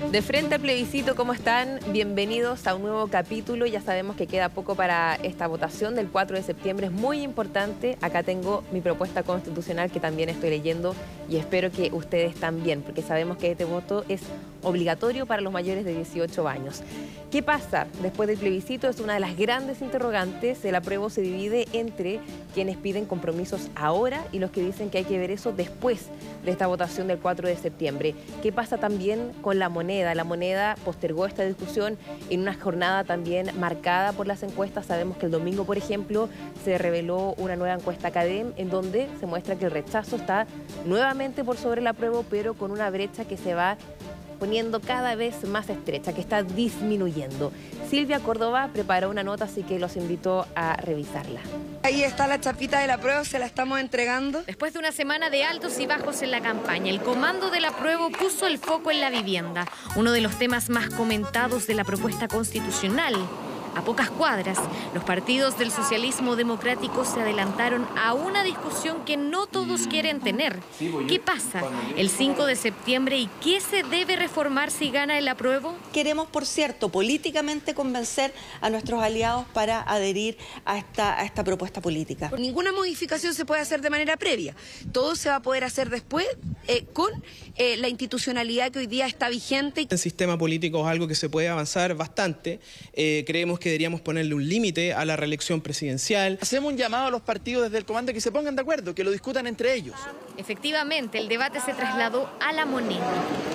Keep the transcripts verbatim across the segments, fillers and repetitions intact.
De frente al plebiscito, ¿cómo están? Bienvenidos a un nuevo capítulo. Ya sabemos que queda poco para esta votación del cuatro de septiembre. Es muy importante. Acá tengo mi propuesta constitucional que también estoy leyendo y espero que ustedes también, porque sabemos que este voto es obligatorio para los mayores de dieciocho años. ¿Qué pasa después del plebiscito? Es una de las grandes interrogantes. El apruebo se divide entre quienes piden compromisos ahora y los que dicen que hay que ver eso después de esta votación del cuatro de septiembre. ¿Qué pasa también con la moneda? La moneda postergó esta discusión en una jornada también marcada por las encuestas. Sabemos que el domingo, por ejemplo, se reveló una nueva encuesta Cadem en donde se muestra que el rechazo está nuevamente por sobre el apruebo, pero con una brecha que se va poniendo cada vez más estrecha, que está disminuyendo. Silvia Córdoba preparó una nota, así que los invito a revisarla. Ahí está la chapita del apruebo, se la estamos entregando. Después de una semana de altos y bajos en la campaña, el comando del apruebo puso el foco en la vivienda, uno de los temas más comentados de la propuesta constitucional. A pocas cuadras, los partidos del socialismo democrático se adelantaron a una discusión que no todos quieren tener. ¿Qué pasa el cinco de septiembre y qué se debe reformar si gana el apruebo? Queremos, por cierto, políticamente convencer a nuestros aliados para adherir a esta, a esta propuesta política. Ninguna modificación se puede hacer de manera previa. Todo se va a poder hacer después eh, con eh, la institucionalidad que hoy día está vigente. El sistema político es algo que se puede avanzar bastante. Eh, creemos que que deberíamos ponerle un límite a la reelección presidencial. Hacemos un llamado a los partidos desde el comando que se pongan de acuerdo, que lo discutan entre ellos. Efectivamente, el debate se trasladó a la moneda.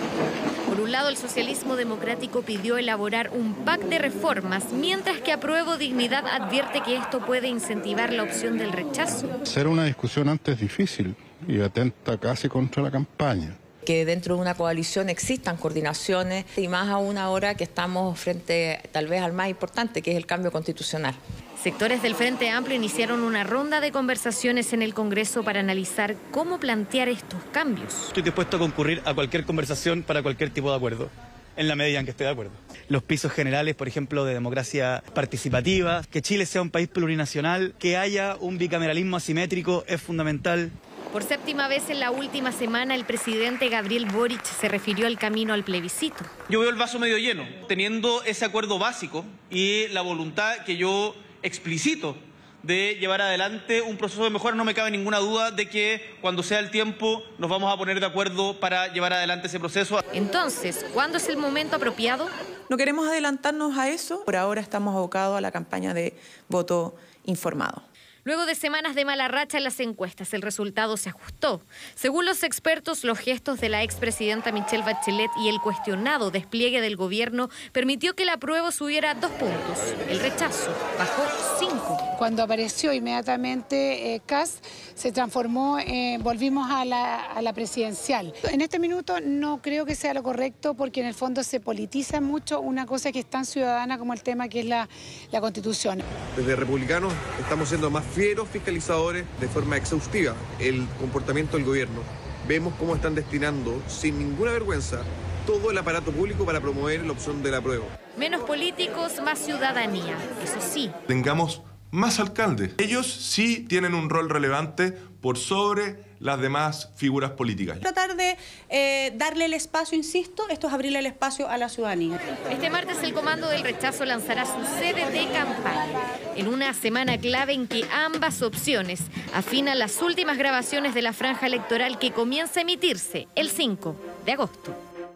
Por un lado, el socialismo democrático pidió elaborar un pack de reformas, mientras que Apruebo Dignidad advierte que esto puede incentivar la opción del rechazo. Ser una discusión antes difícil y atenta casi contra la campaña. Que dentro de una coalición existan coordinaciones y más aún ahora que estamos frente tal vez al más importante, que es el cambio constitucional. Sectores del Frente Amplio iniciaron una ronda de conversaciones en el Congreso para analizar cómo plantear estos cambios. Estoy dispuesto a concurrir a cualquier conversación para cualquier tipo de acuerdo, en la medida en que esté de acuerdo. Los pisos generales, por ejemplo, de democracia participativa, que Chile sea un país plurinacional, que haya un bicameralismo asimétrico es fundamental. Por séptima vez en la última semana, el presidente Gabriel Boric se refirió al camino al plebiscito. Yo veo el vaso medio lleno, teniendo ese acuerdo básico y la voluntad que yo explicito de llevar adelante un proceso de mejora. No me cabe ninguna duda de que cuando sea el tiempo nos vamos a poner de acuerdo para llevar adelante ese proceso. Entonces, ¿cuándo es el momento apropiado? No queremos adelantarnos a eso. Por ahora estamos abocados a la campaña de voto informado. Luego de semanas de mala racha en las encuestas, el resultado se ajustó. Según los expertos, los gestos de la expresidenta Michelle Bachelet y el cuestionado despliegue del gobierno permitió que el apruebo subiera dos puntos. El rechazo bajó cinco. Cuando apareció inmediatamente eh, Kast, se transformó, eh, volvimos a la, a la presidencial. En este minuto no creo que sea lo correcto porque en el fondo se politiza mucho una cosa que es tan ciudadana como el tema que es la, la Constitución. Desde republicanos estamos siendo más fieros fiscalizadores de forma exhaustiva el comportamiento del gobierno. Vemos cómo están destinando sin ninguna vergüenza todo el aparato público para promover la opción del apruebo. Menos políticos, más ciudadanía, eso sí. Tengamos más alcaldes. Ellos sí tienen un rol relevante por sobre las demás figuras políticas. Tratar de eh, darle el espacio, insisto, esto es abrirle el espacio a la ciudadanía. Este martes el Comando del Rechazo lanzará su sede de campaña, en una semana clave en que ambas opciones afinan las últimas grabaciones de la franja electoral que comienza a emitirse el cinco de agosto.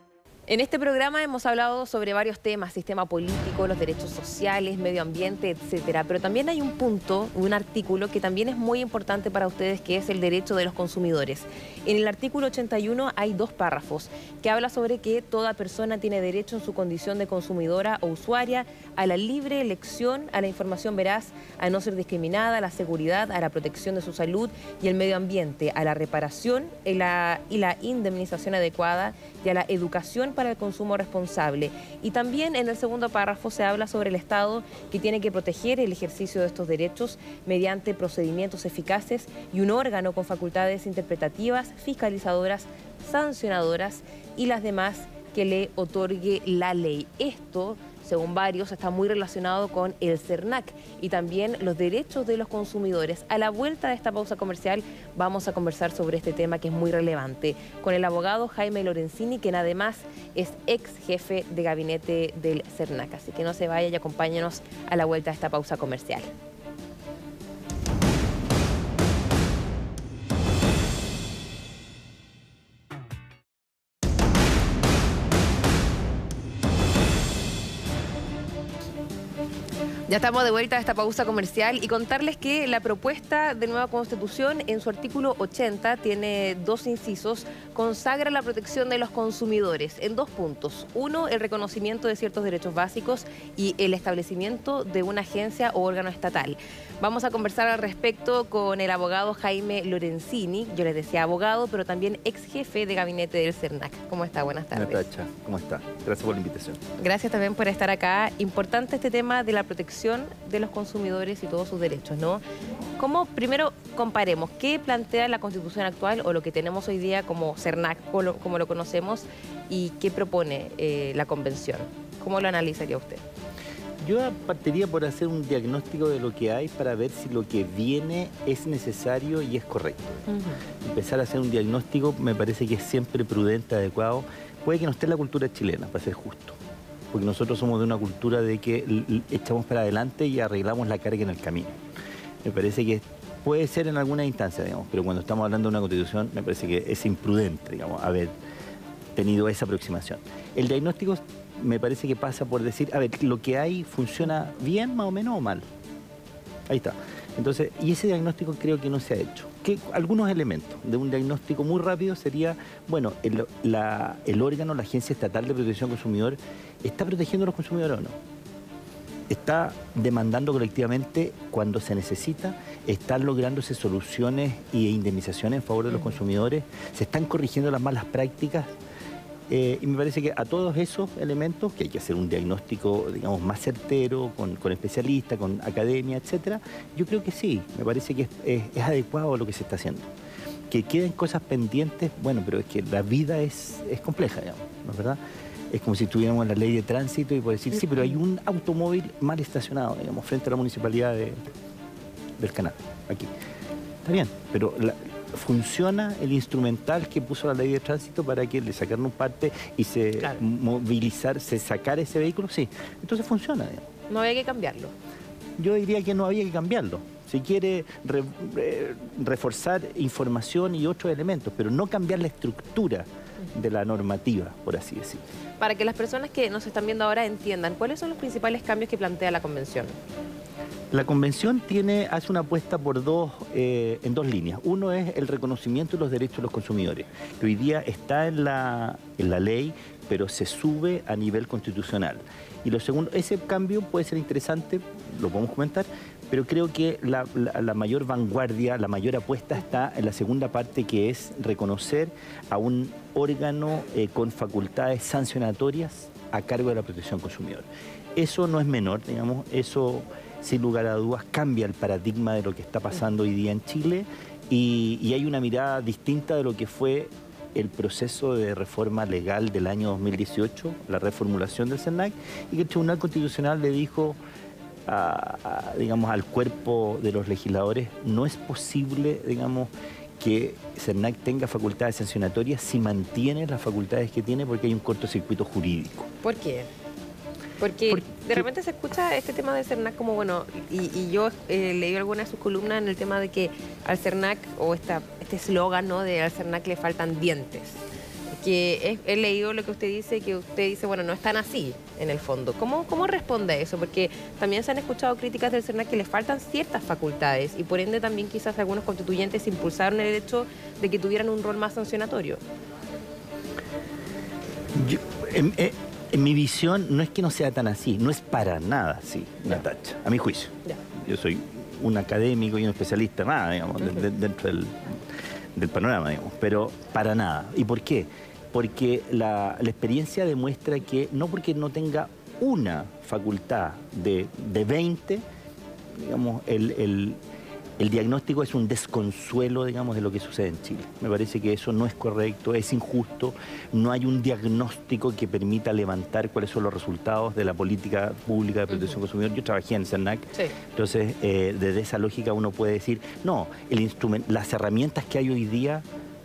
En este programa hemos hablado sobre varios temas, sistema político, los derechos sociales, medio ambiente, etcétera. Pero también hay un punto, un artículo que también es muy importante para ustedes, que es el derecho de los consumidores. En el artículo ochenta y uno hay dos párrafos que habla sobre que toda persona tiene derecho en su condición de consumidora o usuaria a la libre elección, a la información veraz, a no ser discriminada, a la seguridad, a la protección de su salud y el medio ambiente, a la reparación y la, y la indemnización adecuada y a la educación para el consumo responsable. Y también en el segundo párrafo se habla sobre el Estado que tiene que proteger el ejercicio de estos derechos mediante procedimientos eficaces y un órgano con facultades interpretativas, fiscalizadoras, sancionadoras y las demás que le otorgue la ley. Esto según varios, está muy relacionado con el CERNAC y también los derechos de los consumidores. A la vuelta de esta pausa comercial vamos a conversar sobre este tema que es muy relevante con el abogado Jaime Lorenzini, quien además es ex jefe de gabinete del CERNAC. Así que no se vaya y acompáñenos a la vuelta de esta pausa comercial. Ya estamos de vuelta a esta pausa comercial y contarles que la propuesta de nueva Constitución en su artículo ochenta tiene dos incisos, consagra la protección de los consumidores en dos puntos. Uno, el reconocimiento de ciertos derechos básicos y el establecimiento de una agencia o órgano estatal. Vamos a conversar al respecto con el abogado Jaime Lorenzini. Yo les decía abogado, pero también ex jefe de gabinete del CERNAC. ¿Cómo está? Buenas tardes. Natacha, ¿cómo está? Gracias por la invitación. Gracias también por estar acá. Importante este tema de la protección de los consumidores y todos sus derechos, ¿no? ¿Cómo, primero, comparemos qué plantea la Constitución actual o lo que tenemos hoy día como CERNAC, como lo, como lo conocemos, y qué propone eh, la Convención? ¿Cómo lo analizaría usted? Yo partiría por hacer un diagnóstico de lo que hay para ver si lo que viene es necesario y es correcto. Uh-huh. Empezar a hacer un diagnóstico me parece que es siempre prudente, adecuado. Puede que no esté en la cultura chilena, para ser justo. Porque nosotros somos de una cultura de que echamos para adelante y arreglamos la carga en el camino. Me parece que puede ser en alguna instancia, digamos, pero cuando estamos hablando de una constitución, me parece que es imprudente, digamos, haber tenido esa aproximación. El diagnóstico me parece que pasa por decir, a ver, lo que hay funciona bien, más o menos, o mal. Ahí está. Entonces, y ese diagnóstico creo que no se ha hecho. Que algunos elementos de un diagnóstico muy rápido sería, bueno, el, la, el órgano, la Agencia Estatal de Protección al Consumidor, ¿está protegiendo a los consumidores o no? ¿Está demandando colectivamente cuando se necesita? ¿Están lográndose soluciones e indemnizaciones en favor de los consumidores? ¿Se están corrigiendo las malas prácticas? Eh, y me parece que a todos esos elementos, que hay que hacer un diagnóstico, digamos, más certero, con, con especialistas, con academia, etcétera, yo creo que sí, me parece que es, es, es adecuado lo que se está haciendo. Que queden cosas pendientes, bueno, pero es que la vida es, es compleja, digamos, ¿no es verdad? Es como si tuviéramos la ley de tránsito y poder decir, sí, pero hay un automóvil mal estacionado, digamos, frente a la municipalidad de, del Canal, aquí. Está bien, pero la, funciona el instrumental que puso la ley de tránsito para que le sacaran un parte y se claro. movilizar, se sacara ese vehículo, sí. Entonces funciona, digamos. No había que cambiarlo. Yo diría que no había que cambiarlo. Si quiere re, re, reforzar información y otros elementos, pero no cambiar la estructura de la normativa, por así decirlo. Para que las personas que nos están viendo ahora entiendan, ¿cuáles son los principales cambios que plantea la Convención? La Convención tiene, hace una apuesta por dos, eh, en dos líneas. Uno es el reconocimiento de los derechos de los consumidores, que hoy día está en la, en la ley, pero se sube a nivel constitucional. Y lo segundo, ese cambio puede ser interesante, lo podemos comentar, pero creo que la, la, la mayor vanguardia, la mayor apuesta está en la segunda parte, que es reconocer a un órgano eh, con facultades sancionatorias a cargo de la protección al consumidor. Eso no es menor, digamos, eso sin lugar a dudas cambia el paradigma de lo que está pasando hoy día en Chile y, y hay una mirada distinta de lo que fue el proceso de reforma legal del año dos mil dieciocho, la reformulación del CERNAC, y que el Tribunal Constitucional le dijo a, a, digamos, al cuerpo de los legisladores, no es posible, digamos, que CERNAC tenga facultades sancionatorias si mantiene las facultades que tiene, porque hay un cortocircuito jurídico. ¿Por qué? Porque, Porque de repente se escucha este tema del CERNAC como, bueno, y, y yo eh, leí alguna de sus columnas en el tema de que al CERNAC, o esta, este eslogan, ¿no?, de al CERNAC le faltan dientes. Que he, he leído lo que usted dice, que usted dice, bueno, no están así en el fondo. ¿Cómo, cómo responde a eso? Porque también se han escuchado críticas del CERNAC que le faltan ciertas facultades y por ende también quizás algunos constituyentes impulsaron el hecho de que tuvieran un rol más sancionatorio. Yo, eh, eh... En mi visión, no es que no sea tan así, no es para nada así, Natacha, a mi juicio. Ya. Yo soy un académico y un especialista, nada, digamos, uh-huh. de, de, dentro del, del panorama, digamos, pero para nada. ¿Y por qué? Porque la, la experiencia demuestra que no porque no tenga una facultad de, de veinte, digamos, el, el, el diagnóstico es un desconsuelo, digamos, de lo que sucede en Chile. Me parece que eso no es correcto, es injusto, no hay un diagnóstico que permita levantar cuáles son los resultados de la política pública de protección uh-huh. consumidor. Yo trabajé en CERNAC, sí. entonces eh, desde esa lógica uno puede decir, no, el instrumento, las herramientas que hay hoy día,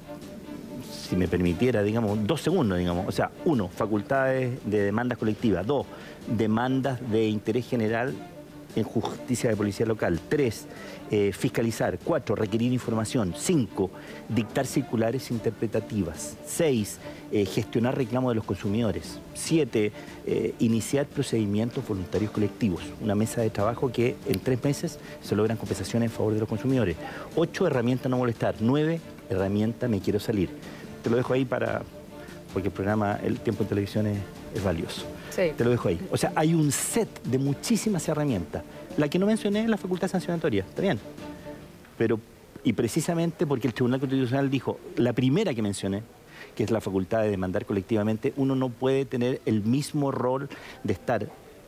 si me permitiera, digamos, dos segundos, digamos, o sea, uno, facultades de demandas colectivas, dos, demandas de interés general en justicia de policía local, tres, eh, fiscalizar, cuatro, requerir información, cinco, dictar circulares interpretativas, seis, eh, gestionar reclamos de los consumidores, siete, eh, iniciar procedimientos voluntarios colectivos, una mesa de trabajo que en tres meses se logran compensaciones en favor de los consumidores, ocho, herramienta no molestar, nueve, herramienta me quiero salir. Te lo dejo ahí para, porque el programa, el tiempo en televisión es, es valioso. Sí. Te lo dejo ahí. O sea, hay un set de muchísimas herramientas. La que no mencioné es la facultad sancionatoria, está bien. Pero, y precisamente porque el Tribunal Constitucional dijo, la primera que mencioné, que es la facultad de demandar colectivamente, uno no puede tener el mismo rol de estar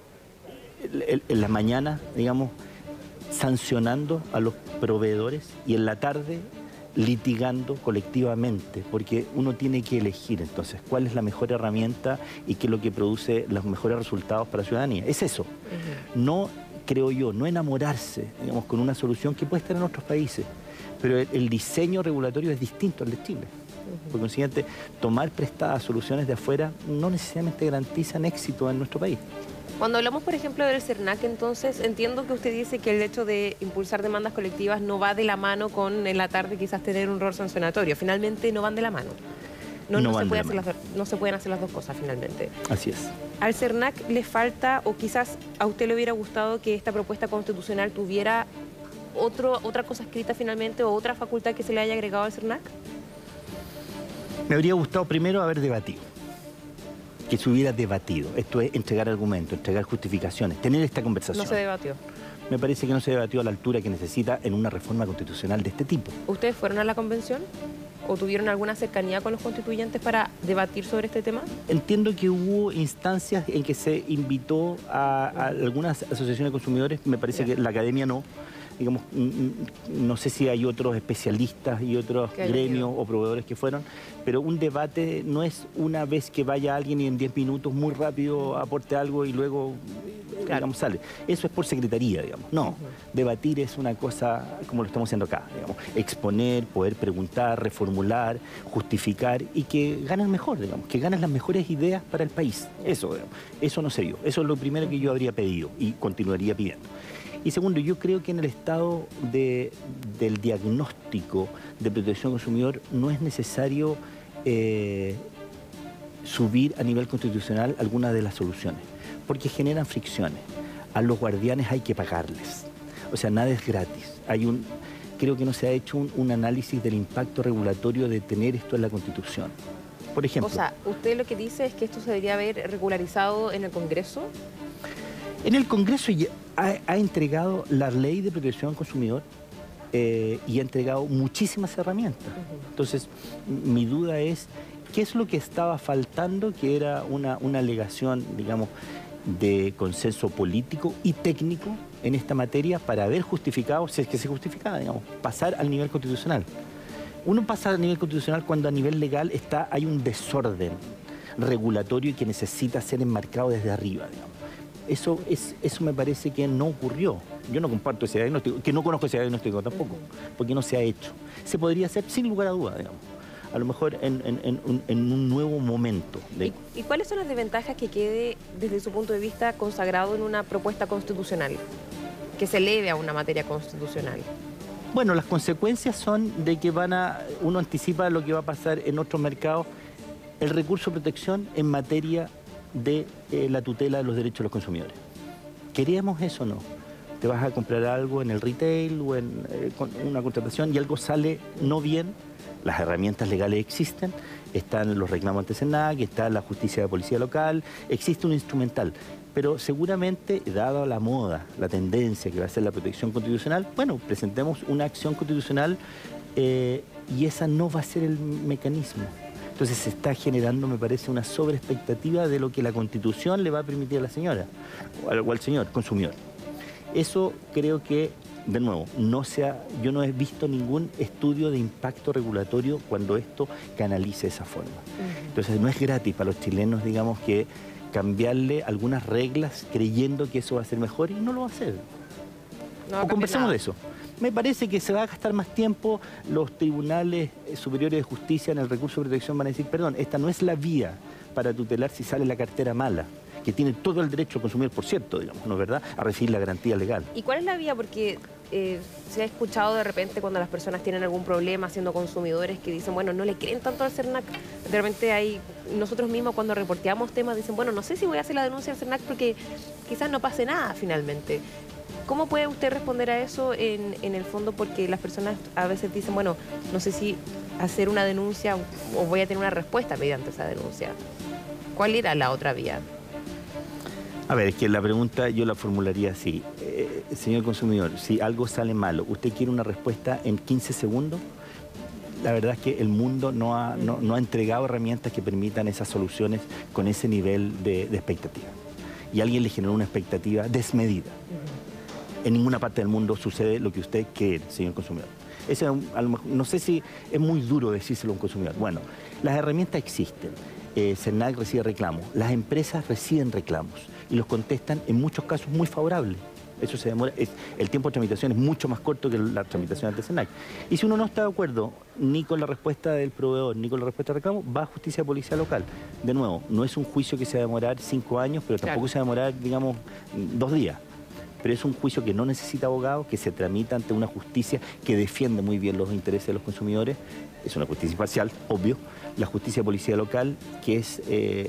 en, en la mañana, digamos, sancionando a los proveedores y en la tarde litigando colectivamente, porque uno tiene que elegir entonces cuál es la mejor herramienta y qué es lo que produce los mejores resultados para la ciudadanía. Es eso. Uh-huh. No, creo yo, no enamorarse, digamos, con una solución que puede estar en otros países, pero el, el diseño regulatorio es distinto al de Chile. Uh-huh. Por consiguiente, tomar prestadas soluciones de afuera no necesariamente garantizan éxito en nuestro país. Cuando hablamos, por ejemplo, del CERNAC, entonces entiendo que usted dice que el hecho de impulsar demandas colectivas no va de la mano con en la tarde quizás tener un rol sancionatorio. Finalmente no van de la mano. No, no, no, se, puede hacer las, no se pueden hacer las dos cosas finalmente. Así es. Al CERNAC le falta, o quizás a usted le hubiera gustado que esta propuesta constitucional tuviera otro, otra cosa escrita finalmente o otra facultad que se le haya agregado al CERNAC. Me habría gustado primero haber debatido. Que se hubiera debatido. Esto es entregar argumentos, entregar justificaciones, tener esta conversación. No se debatió. Me parece que no se debatió a la altura que necesita en una reforma constitucional de este tipo. ¿Ustedes fueron a la convención? ¿O tuvieron alguna cercanía con los constituyentes para debatir sobre este tema? Entiendo que hubo instancias en que se invitó a, a algunas asociaciones de consumidores, me parece yeah. que la academia no. Digamos, no sé si hay otros especialistas y otros gremios o proveedores que fueron, pero un debate no es una vez que vaya alguien y en diez minutos muy rápido aporte algo y luego claro. digamos, sale. Eso es por secretaría, digamos. No, uh-huh. debatir es una cosa como lo estamos haciendo acá, digamos. Exponer, poder preguntar, reformular, justificar y que ganen mejor, digamos, que ganen las mejores ideas para el país. Eso, digamos. Eso no sé yo. Eso es lo primero que yo habría pedido y continuaría pidiendo. Y segundo, yo creo que en el estado de, del diagnóstico de protección al consumidor no es necesario eh, subir a nivel constitucional algunas de las soluciones, porque generan fricciones. A los guardianes hay que pagarles. O sea, nada es gratis. Hay un, creo que no se ha hecho un, un análisis del impacto regulatorio de tener esto en la Constitución. Por ejemplo. O sea, usted lo que dice es que esto se debería haber regularizado en el Congreso. En el Congreso ha, ha entregado la ley de protección al consumidor eh, y ha entregado muchísimas herramientas. Uh-huh. Entonces, mi duda es, ¿qué es lo que estaba faltando? Que era una, una alegación, digamos, de consenso político y técnico en esta materia para haber justificado, si es que se justificaba, digamos, pasar al nivel constitucional. Uno pasa al nivel constitucional cuando a nivel legal está, hay un desorden regulatorio y que necesita ser enmarcado desde arriba, digamos. Eso, es, eso me parece que no ocurrió. Yo no comparto ese diagnóstico, que no conozco ese diagnóstico tampoco, porque no se ha hecho. Se podría hacer sin lugar a dudas, digamos. A lo mejor en, en, en, en un nuevo momento. De... ¿Y, ¿Y cuáles son las desventajas que quede, desde su punto de vista, consagrado en una propuesta constitucional? Que se eleve a una materia constitucional. Bueno, las consecuencias son de que van a, uno anticipa lo que va a pasar en otros mercados, el recurso de protección en materia de eh, la tutela de los derechos de los consumidores. ¿Queríamos eso o no? Te vas a comprar algo en el retail o en eh, con una contratación y algo sale no bien, las herramientas legales existen, están los reclamos ante CERNAC, está la justicia de policía local, existe un instrumental, pero seguramente, dada la moda, la tendencia que va a ser la protección constitucional, bueno, presentemos una acción constitucional eh, y esa no va a ser el mecanismo. Entonces se está generando, me parece, una sobreexpectativa de lo que la Constitución le va a permitir a la señora o al, o al señor consumidor. Eso creo que de nuevo, no se ha, yo no he visto ningún estudio de impacto regulatorio cuando esto canalice de esa forma. Uh-huh. Entonces no es gratis para los chilenos, digamos, que cambiarle algunas reglas creyendo que eso va a ser mejor y no lo va a hacer. No, o conversamos de eso. Me parece que se va a gastar más tiempo, los tribunales superiores de justicia en el recurso de protección van a decir, perdón, esta no es la vía para tutelar si sale la cartera mala, que tiene todo el derecho al consumidor, por cierto, digamos, ¿no es verdad?, a recibir la garantía legal. ¿Y cuál es la vía? Porque eh, se ha escuchado de repente cuando las personas tienen algún problema siendo consumidores que dicen, bueno, no le creen tanto al CERNAC. De repente hay, nosotros mismos cuando reporteamos temas dicen, bueno, no sé si voy a hacer la denuncia al CERNAC porque quizás no pase nada finalmente. ¿Cómo puede usted responder a eso en, en el fondo? Porque las personas a veces dicen, bueno, no sé si hacer una denuncia o voy a tener una respuesta mediante esa denuncia. ¿Cuál era la otra vía? A ver, es que la pregunta yo la formularía así. Eh, señor consumidor, si algo sale malo, ¿usted quiere una respuesta en quince segundos? La verdad es que el mundo no ha, no, no ha entregado herramientas que permitan esas soluciones con ese nivel de, de expectativa. Y alguien le generó una expectativa desmedida. En ninguna parte del mundo sucede lo que usted quiere, señor consumidor. Ese, a lo mejor, no sé si es muy duro decírselo a un consumidor. Bueno, las herramientas existen. Eh, CERNAC recibe reclamos. Las empresas reciben reclamos y los contestan en muchos casos muy favorables. Eso se demora, es, el tiempo de tramitación es mucho más corto que la tramitación ante CERNAC. Y si uno no está de acuerdo ni con la respuesta del proveedor ni con la respuesta del reclamo, va a justicia policial local. De nuevo, no es un juicio que se va a demorar cinco años, pero tampoco claro. se va a demorar, digamos, dos días. Pero es un juicio que no necesita abogado, que se tramita ante una justicia que defiende muy bien los intereses de los consumidores. Es una justicia imparcial, obvio. La justicia policial local, que es... Eh,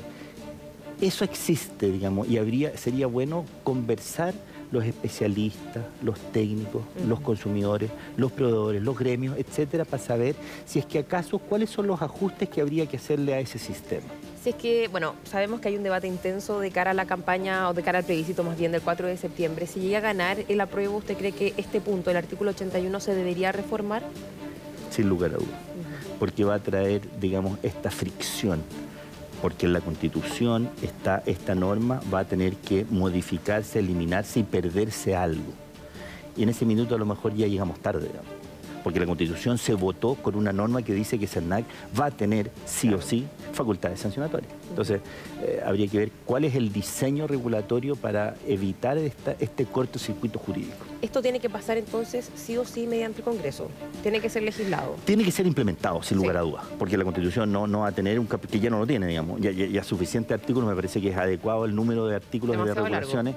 eso existe, digamos, y habría, sería bueno conversar los especialistas, los técnicos, uh-huh. los consumidores, los proveedores, los gremios, etcétera, para saber si es que acaso cuáles son los ajustes que habría que hacerle a ese sistema. Si es que, bueno, sabemos que hay un debate intenso de cara a la campaña, o de cara al plebiscito más bien del cuatro de septiembre. Si llega a ganar el apruebo, ¿usted cree que este punto, el artículo ochenta y uno, se debería reformar? Sin lugar a dudas, uh-huh. porque va a traer, digamos, esta fricción. Porque en la Constitución está, esta norma va a tener que modificarse, eliminarse y perderse algo. Y en ese minuto a lo mejor ya llegamos tarde, digamos. Porque la Constitución se votó con una norma que dice que CERNAC va a tener sí o sí facultades sancionatorias. Entonces, eh, habría que ver cuál es el diseño regulatorio para evitar esta, este cortocircuito jurídico. ¿Esto tiene que pasar entonces sí o sí mediante el Congreso? ¿Tiene que ser legislado? Tiene que ser implementado, sin lugar sí. a dudas, porque la Constitución no, no va a tener un capítulo, que ya no lo tiene, digamos, ya, ya, ya suficiente artículos, me parece que es adecuado el número de artículos y de regulaciones.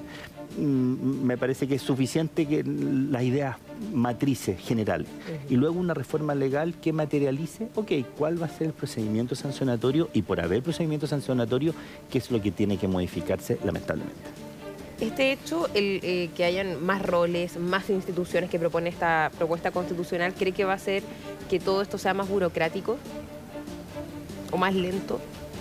Mm, me parece que es suficiente que las ideas matrices generales. Uh-huh. Y luego una reforma legal que materialice, ok, ¿cuál va a ser el procedimiento sancionatorio? Y por haber procedimiento sancionatorio, ¿qué es lo que tiene que modificarse lamentablemente? Este hecho, el eh, que hayan más roles, más instituciones que propone esta propuesta constitucional, ¿cree que va a hacer que todo esto sea más burocrático o más lento?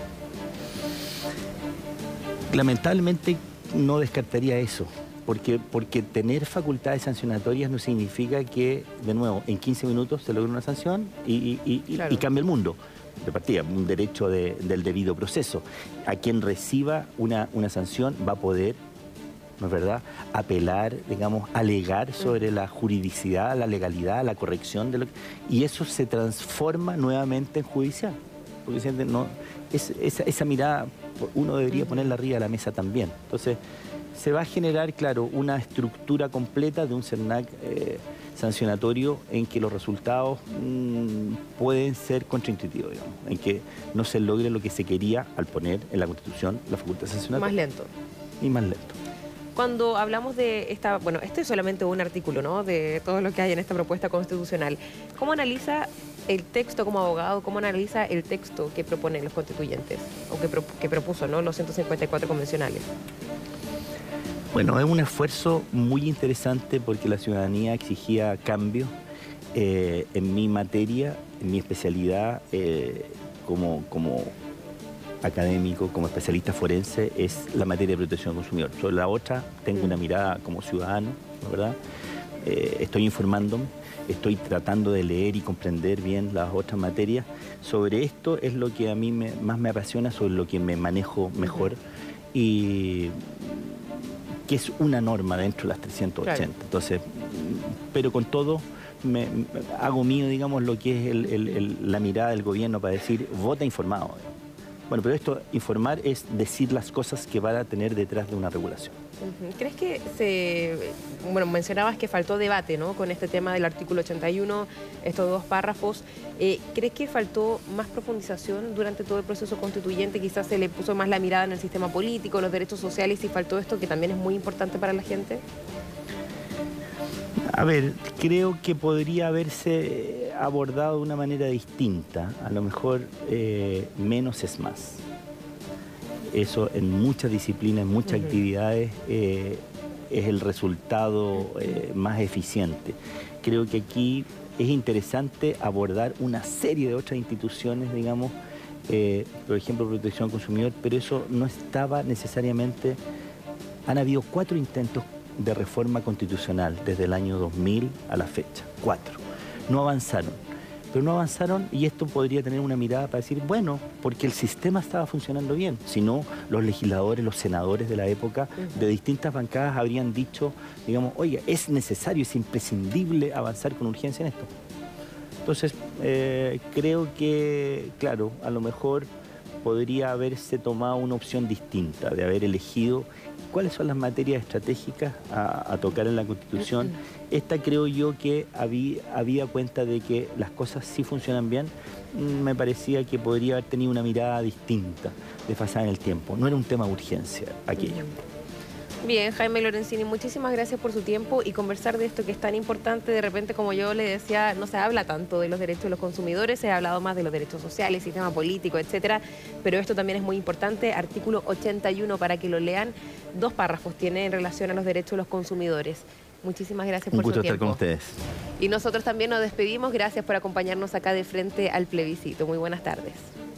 Lamentablemente no descartaría eso, porque, porque tener facultades sancionatorias no significa que, de nuevo, en quince minutos se logre una sanción y, y, y, claro. y cambie el mundo. De partida, un derecho de, del debido proceso. A quien reciba una, una sanción va a poder, ¿no es verdad?, apelar, digamos, alegar sobre la juridicidad, la legalidad, la corrección de lo que... Y eso se transforma nuevamente en judicial. Porque no, es, esa, esa mirada uno debería ponerla arriba de la mesa también. Entonces, se va a generar, claro, una estructura completa de un CERNAC eh, sancionatorio en que los resultados mmm, pueden ser contraintuitivos, digamos, en que no se logre lo que se quería al poner en la Constitución la facultad sancionatoria. Más lento. Y más lento. Cuando hablamos de esta, bueno, este es solamente un artículo, ¿no?, de todo lo que hay en esta propuesta constitucional. ¿Cómo analiza el texto como abogado, cómo analiza el texto que proponen los constituyentes, o que, pro, que propuso, ¿no?, los ciento cincuenta y cuatro convencionales? Bueno, es un esfuerzo muy interesante porque la ciudadanía exigía cambio eh, en mi materia, en mi especialidad eh, como, como académico, como especialista forense, es la materia de protección del consumidor. Sobre la otra tengo una mirada como ciudadano, ¿no, verdad? Eh, estoy informándome, estoy tratando de leer y comprender bien las otras materias. Sobre esto es lo que a mí me, más me apasiona, sobre lo que me manejo mejor. Y que es una norma dentro de las trescientos ochenta. Claro. Entonces, pero con todo me, me hago mío, digamos, lo que es el, el, el, la mirada del gobierno para decir, vota informado. Bueno, pero esto, informar es decir las cosas que van a tener detrás de una regulación. ¿Crees que se... Bueno, mencionabas que faltó debate, ¿no?, con este tema del artículo ochenta y uno, estos dos párrafos. Eh, ¿Crees que faltó más profundización durante todo el proceso constituyente? Quizás se le puso más la mirada en el sistema político, los derechos sociales, y faltó esto que también es muy importante para la gente. A ver, creo que podría haberse abordado de una manera distinta. A lo mejor eh, menos es más. Eso en muchas disciplinas, en muchas uh-huh. actividades, eh, es el resultado eh, más eficiente. Creo que aquí es interesante abordar una serie de otras instituciones, digamos, eh, por ejemplo, protección al consumidor, pero eso no estaba necesariamente... Han habido cuatro intentos de reforma constitucional desde el año dos mil a la fecha, cuatro. No avanzaron, pero no avanzaron y esto podría tener una mirada para decir, bueno, porque el sistema estaba funcionando bien, si no, los legisladores, los senadores de la época, de distintas bancadas habrían dicho, digamos, oye, es necesario, es imprescindible avanzar con urgencia en esto. Entonces, eh, creo que, claro, a lo mejor podría haberse tomado una opción distinta, de haber elegido cuáles son las materias estratégicas a, a tocar en la Constitución. Esta creo yo que había, había cuenta de que las cosas sí funcionan bien. Me parecía que podría haber tenido una mirada distinta, desfasada en el tiempo. No era un tema de urgencia aquello. Bien, Jaime Lorenzini, muchísimas gracias por su tiempo y conversar de esto que es tan importante. De repente, como yo le decía, no se habla tanto de los derechos de los consumidores, se ha hablado más de los derechos sociales, sistema político, etcétera, pero esto también es muy importante. Artículo ochenta y uno, para que lo lean, dos párrafos tiene en relación a los derechos de los consumidores. Muchísimas gracias por su tiempo. Un gusto estar con ustedes. Y nosotros también nos despedimos. Gracias por acompañarnos acá de Frente al Plebiscito. Muy buenas tardes.